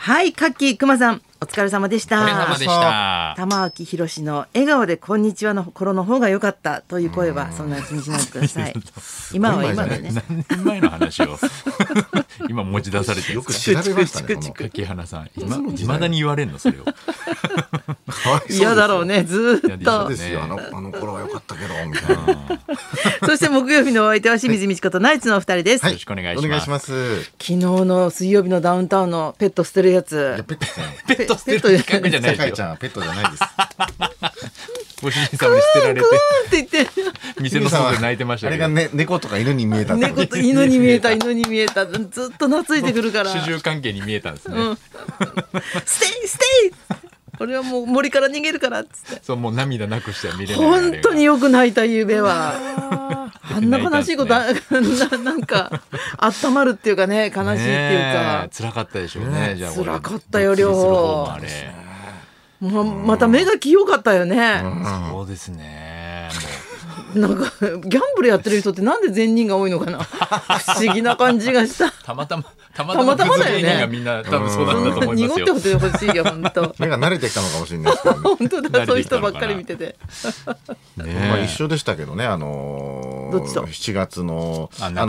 はい、カッキーくまさんお疲れ様でした。 お疲れ様でした。 玉置宏の笑顔でこんにちはの頃の方が良かったという声はそんな気にしないでください。今は今でね。 何年前の話を今持ち出されてよく調べましたね。 柿原さん、いまだに言われんのそれを。 嫌だろうね、ずっと。 ですよ、あの頃は良かったけどみたいな。 そして木曜日のお相手は清水美智子とナイツのお二人です。 よろしくお願いします。 昨日の水曜日のダウンタウンのペット捨てるやつ。 ペット捨てる企画じゃないですよ。 ちゃんはペットじゃないです。 ご主人様に捨てられてって言って店の外で泣いてましたけど、 あれが、猫とか犬に見えた。 猫と犬に見えた、犬に見えた、ずっと懐いてくるから。 主従関係に見えたんですね。 ステイ俺はもう森から逃げるからっつって。 そう、もう涙なくしては見れない。 本当によく泣いたゆうべは。あんな悲しいこと、なんか温まるっていうかね、悲しいっていうか。 辛かったでしょうね。じゃあ辛かったよ両方。また目が清かったよね。 そうですね。 なんかギャンブルやってる人ってなんで善人が多いのかな。不思議な感じがした。 たまたまだよね。みんな多分そうだったと思いますよ。 濁ってほしいよ本当。 目が慣れてきたのかもしれないですけどね。 本当だ、そういう人ばっかり見てて。 まあ一緒でしたけどね。7月の中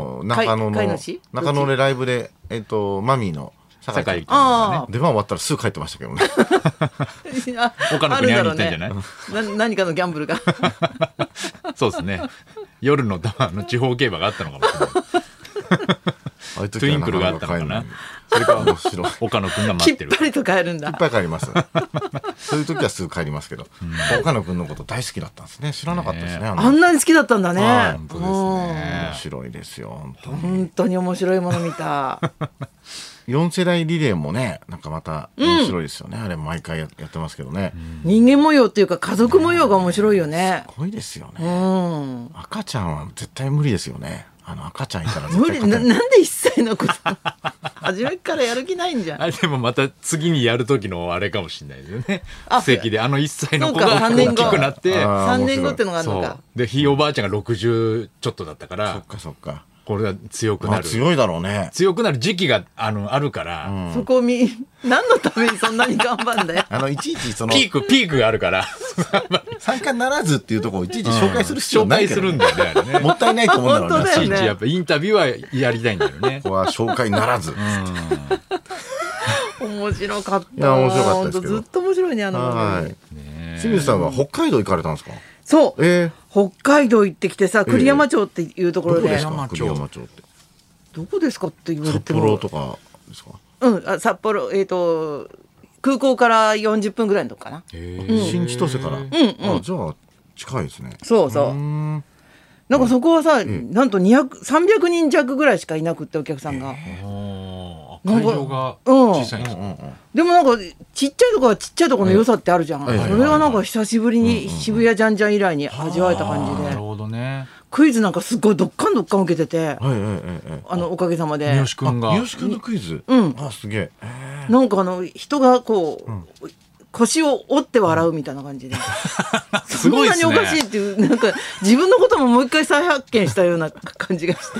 野でライブでマミーの酒井君がね、出番終わったらすぐ帰ってましたけどね。 岡野君に会いに行ったんじゃない？ 何かのギャンブルが。 そうですね。夜の地方競馬があったのかもしれない。トゥインクルがあったのかな。それから岡野君が待ってる。 きっぱりと帰るんだ。 いっぱい帰ります。そういう時はすぐ帰りますけど、岡野君のこと大好きだったんですね。知らなかったですね。 あんなに好きだったんだね。 本当ですね。面白いですよ。 本当に面白いもの見た。 4世代リレーもね、なんかまた面白いですよね。あれ毎回やってますけどね。 人間模様っていうか家族模様が面白いよね。 すごいですよね。赤ちゃんは絶対無理ですよね。赤ちゃんいたら絶対無理。なんで1歳の子初めからやる気ないんじゃん。 あれでもまた次にやる時のあれかもしれないですよね。奇跡で1歳の子が大きくなって 3年後ってのがあるのか。 でひいおばあちゃんが60ちょっとだったから。 そっか。 これは強くなる。 強いだろうね。 強くなる時期があるから。 そこ何のためにそんなに頑張るんだよ。 いちいちピークがあるから。 参加ならずっていうところをいちいち紹介する必要ないから。 紹介するんだよね、あれね。 もったいないと思うんだろうね。 いちいちやっぱインタビューはやりたいんだよね。 ここは紹介ならず。 面白かった。 いや面白かったですけど。 ずっと面白いね清水さんは北海道行かれたんですか？ そう。北海道行ってきてさ、栗山町っていうところで。 栗山町って。 どこですかって言われても。 札幌とかですか？ 札幌、空港から40分ぐらいのとこかな。 新千歳から。じゃあ近いですね。 そうそう。なんかそこはさ、なんと300人弱ぐらいしかいなくってお客さんが。 会場が小さいんですか？ でもなんかちっちゃいとこはちっちゃいとこの良さってあるじゃん。それがなんか久しぶりに渋谷ジャンジャン以来に味わえた感じで。 なるほどね。 クイズなんかすごいどっかん受けてて、おかげさまで。 三好くんが。 三好くんのクイズ。すげえ。 なんか人がこう腰を折って笑うみたいな感じで。そんなにおかしいっていうなんか自分のことももう一回再発見したような感じがして。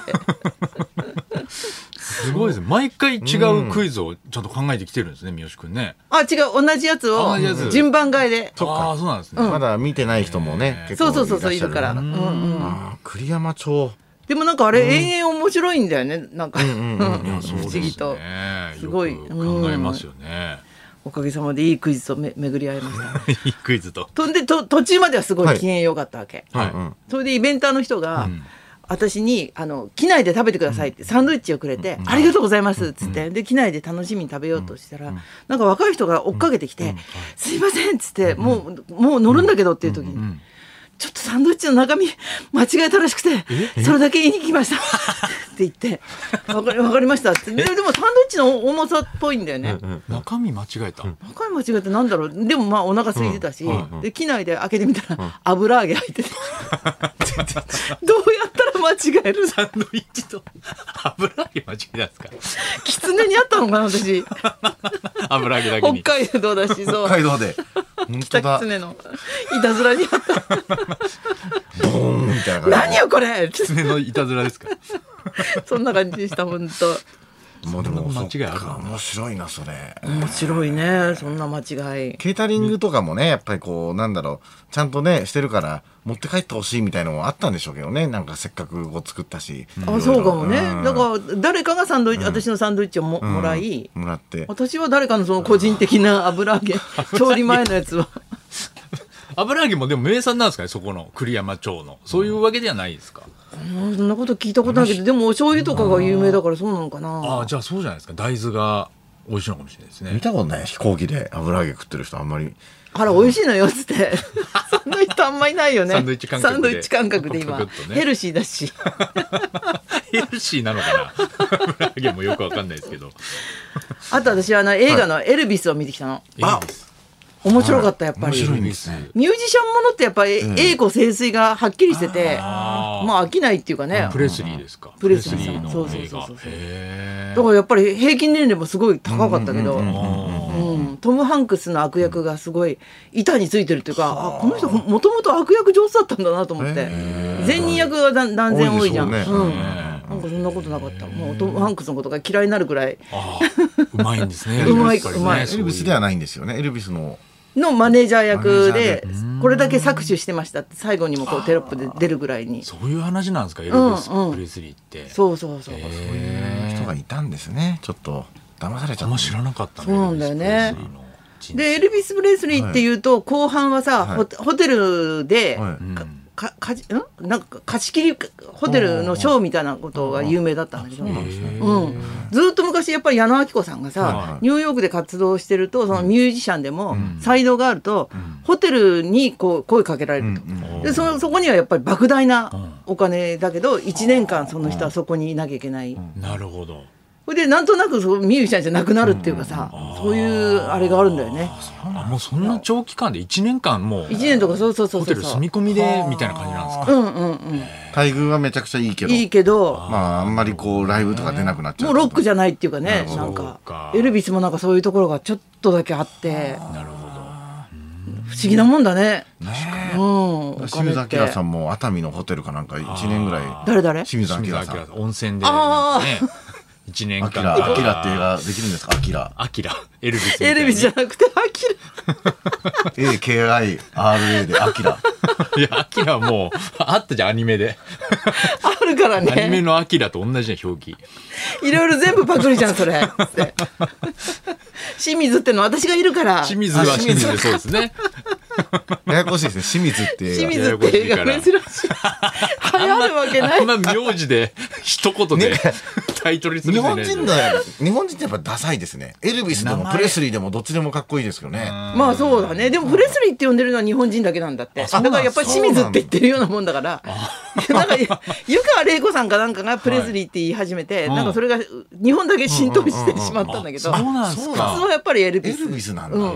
すごいですね。毎回違うクイズをちゃんと考えてきてるんですね、三好くんね。 違う、同じやつを順番替えで。 そうなんですね。 まだ見てない人もね、 結構そういるから。 栗山町。 でもなんかあれ永遠面白いんだよね。なんか不思議とすごい考えますよね。 おかげさまでいいクイズと巡り合いました。 いいクイズと。 で途中まではすごい機嫌良かったわけ。それでイベンターの人が。私に機内で食べてくださいってサンドイッチをくれて、ありがとうございますっつって、で機内で楽しみに食べようとしたら、なんか若い人が追っかけてきて、すいませんっつって、もう乗るんだけどっていう時に、ちょっとサンドイッチの中身間違えたらしくてそれだけ言いに来ましたって言ってわかりましたって。でもサンドイッチの重さっぽいんだよね。 中身間違えた。 中身間違えてなんだろう。でもまあお腹空いてたし、で機内で開けてみたら油揚げ入っててどうやったら間違える。 サンドイッチと油揚げ間違えたんですか？ キツネにあったのかな私。 油揚げだけに。 北海道だしそう。 北海道で。 北キツネのいたずらにあった。 ボーンみたいな感じ。 何よこれ。 キツネのいたずらですか？ そんな感じでした本当。 そんな間違いあるの？ 面白いなそれ。 面白いね、そんな間違い。 ケータリングとかもね、やっぱりこうなんだろう、ちゃんとねしてるから持って帰ってほしいみたいなのもあったんでしょうけどね。なんかせっかくこう作ったし。 あ、そうかもね。だから誰かがサンドイッチ、私のサンドイッチをもらい、 もらって。 私は誰かのその個人的な油揚げ調理前のやつを。 油揚げもでも名産なんですかね、そこの栗山町の。そういうわけではないですか？ そんなこと聞いたことないけど、でもお醤油とかが有名だからそうなのかな。 あ、じゃあそうじゃないですか。大豆が美味しいのかもしれないですね。 見たことない、飛行機で油揚げ食ってる人あんまり。 あら美味しいのよっつってそんな人あんまりないよね。 サンドイッチ感覚で。 サンドイッチ感覚で今、 パクッとねヘルシーだしヘルシーなのかな油揚げもよくわかんないですけど。 あと私は映画のエルビスを見てきたの。 あ、 面白かった、やっぱり。 面白いんですね。 ミュージシャンものってやっぱり栄枯盛衰がはっきりしてて、まあ飽きないっていうかね。 プレスリーですか？ プレスリーさん、 のそうそう映画。 そうそう。 へだからやっぱり平均年齢もすごい高かったけど、トム・ハンクスの悪役がすごい板についてるっていうか、あ、この人もともと悪役上手だったんだなと思って。善人役が断然多いじゃん。なんかそんなことなかった。もうトム・ハンクスのことが嫌いになるぐらい。 うまいんですね。 うまい、うまい。 エルビスではないんですよね。エルビスのマネージャー役でこれだけ搾取してましたって最後にもこうテロップで出るぐらいに。 そういう話なんですか、エルビス・プレスリーって。 そうそうそう。そういう人がいたんですね。ちょっと騙されちゃった。 あんま知らなかったね。 そうなんだよね。でエルビス・プレスリーっていうと後半はさ、ホテルでなんか貸し切りホテルのショーみたいなことが有名だったんだけど、ずっと昔やっぱり矢野顕子さんがさ、ニューヨークで活動してるとそのミュージシャンでも才能があるとホテルにこう声かけられると。でそこにはやっぱり莫大なお金だけど1年間その人はそこにいなきゃいけない。 なるほど。 それでなんとなくミュージシャンじゃなくなるっていうかさ、そういうあれがあるんだよね。 もうそんな長期間で1年間もう 1年とかそうホテル住み込みでみたいな感じなんですか？ 待遇はめちゃくちゃいいけど、まああんまりこうライブとか出なくなっちゃう。 もうロックじゃないっていうかね、なんかエルビスもなんかそういうところがちょっとだけあって。 なるほど。 不思議なもんだね。 清水明さんも熱海のホテルかなんか1年ぐらい。 誰？ 清水明さん。 温泉で1年間。 アキラって映画できるんですか？アキラ。 エルビスじゃなくてアキラ。AKIRA でアキラ。 いや、アキラはもうあったじゃん、アニメで。 あるからね。 アニメのアキラと同じじゃん、表記。 いろいろ全部パクリじゃんそれ。清水っての私がいるから。 清水は清水でそうですね。 ややこしいですね。清水って清水って映画珍しい。流行るわけない。 あんま名字で一言でタイトルにする。 日本人ってやっぱダサいですね。エルビスでもプレスリーでもどっちでもかっこいいですけどね。 まあそうだね。でもプレスリーって呼んでるのは日本人だけなんだって。だからやっぱり清水って言ってるようなもんだから。なんか湯川れい子さんかなんかがプレスリーって言い始めて、なんかそれが日本だけ浸透してしまったんだけど。 そうなんですか。 普通はやっぱりエルビスなんだ。 なんだって。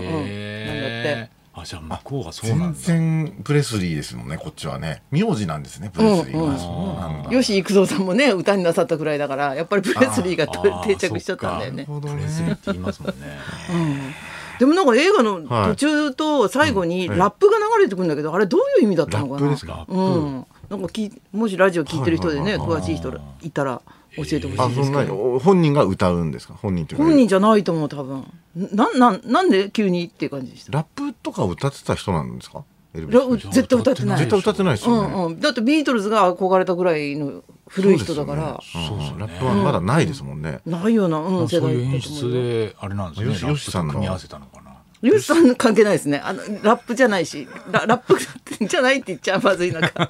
あ、じゃあ向こうがそうなんだ。 全然プレスリーですもんね、こっちはね。名字なんですね、プレスリーは。そうなんだ。 吉幾三さんもね歌になさったくらいだから、やっぱりプレスリーが定着しちゃったんだよね。 プレスリーって言いますもんね。 でもなんか映画の途中と最後にラップが流れてくるんだけど、あれどういう意味だったのかな。 ラップですか？ なんかもしラジオ聞いてる人でね、詳しい人いたら教えてほしいですけど。 本人が歌うんですか？本人じゃないと思う、多分。なんで急にっていう感じでした。 ラップとか歌ってた人なんですか？ 絶対歌ってない。 絶対歌ってないですよね。 だってビートルズが憧れたぐらいの古い人だから。 ラップはまだないですもんね。 ないような世代。 そういう演出であれなんですね。 ヨシさんの組み合わせたのかな。 ヨシさん関係ないですね。ラップじゃないし、ラップじゃないって言っちゃまずいのか。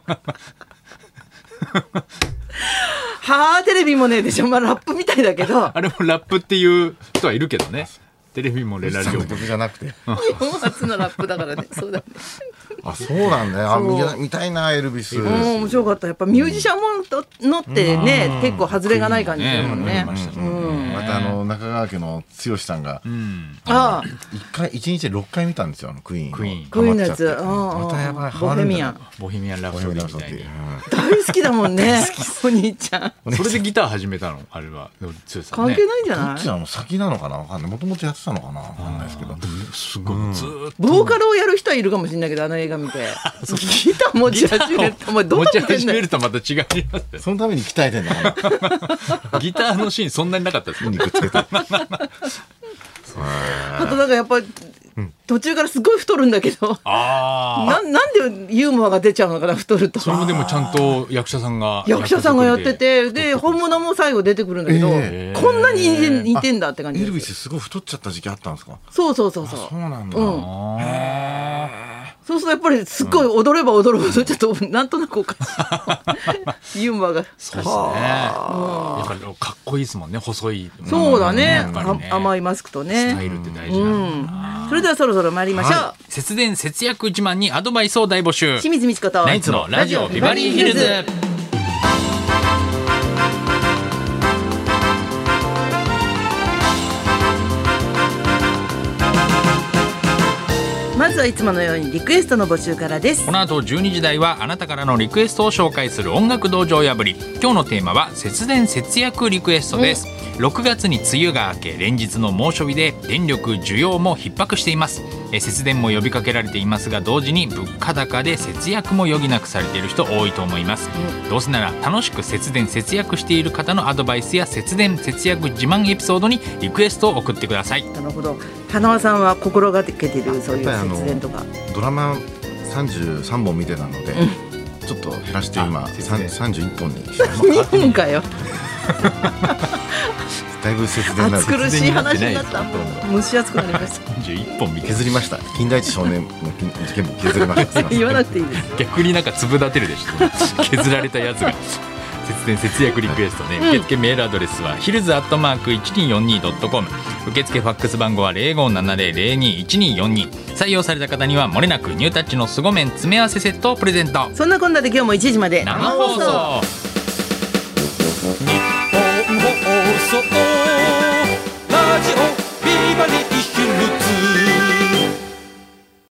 はあ、テレビもねでしょ。まあラップみたいだけど。 あれもラップっていう人はいるけどね。テレビもレラジオも曲じゃなくて。 日本初のラップだからね。そうだね。 あ、そうなんだね。見たいな、エルビス。 面白かった。やっぱミュージシャンものってね、結構外れがない感じだもんね。 また中川家の剛さんが一日で6回見たんですよ、クイーンのやつ。 またやばい。 ボヘミアンラプソディみたいに大好きだもんね。お兄ちゃん。 それでギター始めたの、あれは剛さん。 関係ないんじゃない？ どっちなの？先なのかな、もともとやってたのかな、わかんないですけど。 すごいずっとボーカルをやる人はいるかもしれないけど、あの映画か見てギター持ち始めるとお前どうなってんだよ。 持ち始めるとまた違います。 そのために鍛えてんだからギターのシーンそんなになかったですよ。 肉つけてあとなんかやっぱり途中からすごい太るんだけどなんでユーモアが出ちゃうのかな太ると。 それもでもちゃんと役者さんがやっててで本物も最後出てくるんだけど、こんなに似てんだって感じ。 エルヴィスすごい太っちゃった時期あったんですか。 そうそうなんだ、 そうするとやっぱりすっごい踊れば踊るほどちょっとなんとなくおかしいユーモアが。 そうですね。やっぱりかっこいいですもんね、細い。 そうだね、甘いマスクとね。 スタイルって大事なんだな。 それではそろそろ参りましょう。 節電節約自慢にアドバイスを大募集。 清水美智子とナイツのラジオビバリーヒルズ。 まずはいつものようにリクエストの募集からです。 この後12時台はあなたからのリクエストを紹介する音楽道場破り。今日のテーマは節電節約リクエストです。6月に梅雨が明け連日の猛暑日で電力需要も逼迫しています。節電も呼びかけられていますが同時に物価高で節約も余儀なくされている人多いと思います。どうせなら楽しく節電節約している方のアドバイスや節電節約自慢エピソードにリクエストを送ってください。 なるほど。花輪さんは心がけているそういう節電とか。 ドラマ33本見てたので、ちょっと減らして今31本にしてます。 2本かよだいぶ節電になる。 暑苦しい話になった。蒸し暑くなりました。 31本削りました。金田一少年の事件も削りました。 言わなくていいです。 逆になんか粒立てるでしょ削られたやつが。節電節約リクエストね、受付メールアドレスはヒルズ@1242.com、受付ファックス番号は 0570-021242。 採用された方にはもれなくニュータッチの凄麺詰め合わせセットをプレゼント。 そんなこんなで今日も1時まで生放送。日本放送ラジオ